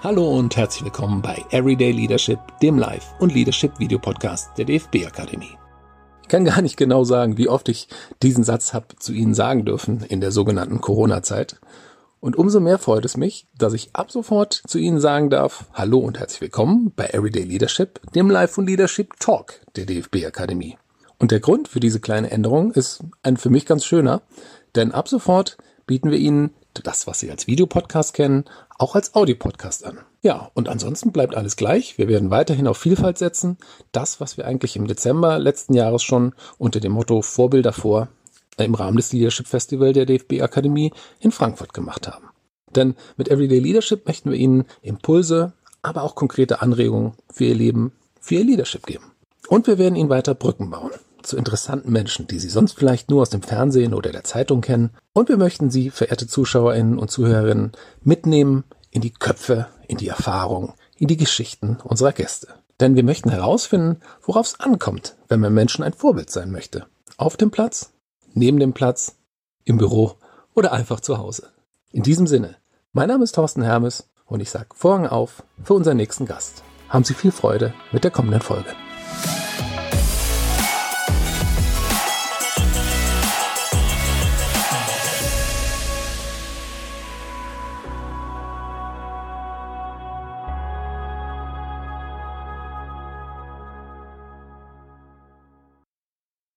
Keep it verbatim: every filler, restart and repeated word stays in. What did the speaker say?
Hallo und herzlich willkommen bei Everyday Leadership, dem Live- und Leadership-Video-Podcast der D F B-Akademie. Ich kann gar nicht genau sagen, wie oft ich diesen Satz habe zu Ihnen sagen dürfen in der sogenannten Corona-Zeit. Und umso mehr freut es mich, dass ich ab sofort zu Ihnen sagen darf, hallo und herzlich willkommen bei Everyday Leadership, dem Live- und Leadership-Talk der D F B-Akademie. Und der Grund für diese kleine Änderung ist ein für mich ganz schöner, denn ab sofort bieten wir Ihnen das, was Sie als Videopodcast kennen, auch als Audiopodcast an. Ja, und ansonsten bleibt alles gleich. Wir werden weiterhin auf Vielfalt setzen. Das, was wir eigentlich im Dezember letzten Jahres schon unter dem Motto Vorbilder vor im Rahmen des Leadership Festival der D F B-Akademie in Frankfurt gemacht haben. Denn mit Everyday Leadership möchten wir Ihnen Impulse, aber auch konkrete Anregungen für Ihr Leben, für Ihr Leadership geben. Und wir werden Ihnen weiter Brücken bauen zu interessanten Menschen, die Sie sonst vielleicht nur aus dem Fernsehen oder der Zeitung kennen. Und wir möchten Sie, verehrte ZuschauerInnen und Zuhörerinnen, mitnehmen in die Köpfe, in die Erfahrung, in die Geschichten unserer Gäste. Denn wir möchten herausfinden, worauf es ankommt, wenn man Menschen ein Vorbild sein möchte. Auf dem Platz, neben dem Platz, im Büro oder einfach zu Hause. In diesem Sinne, mein Name ist Thorsten Hermes und ich sage Vorhang auf für unseren nächsten Gast. Haben Sie viel Freude mit der kommenden Folge.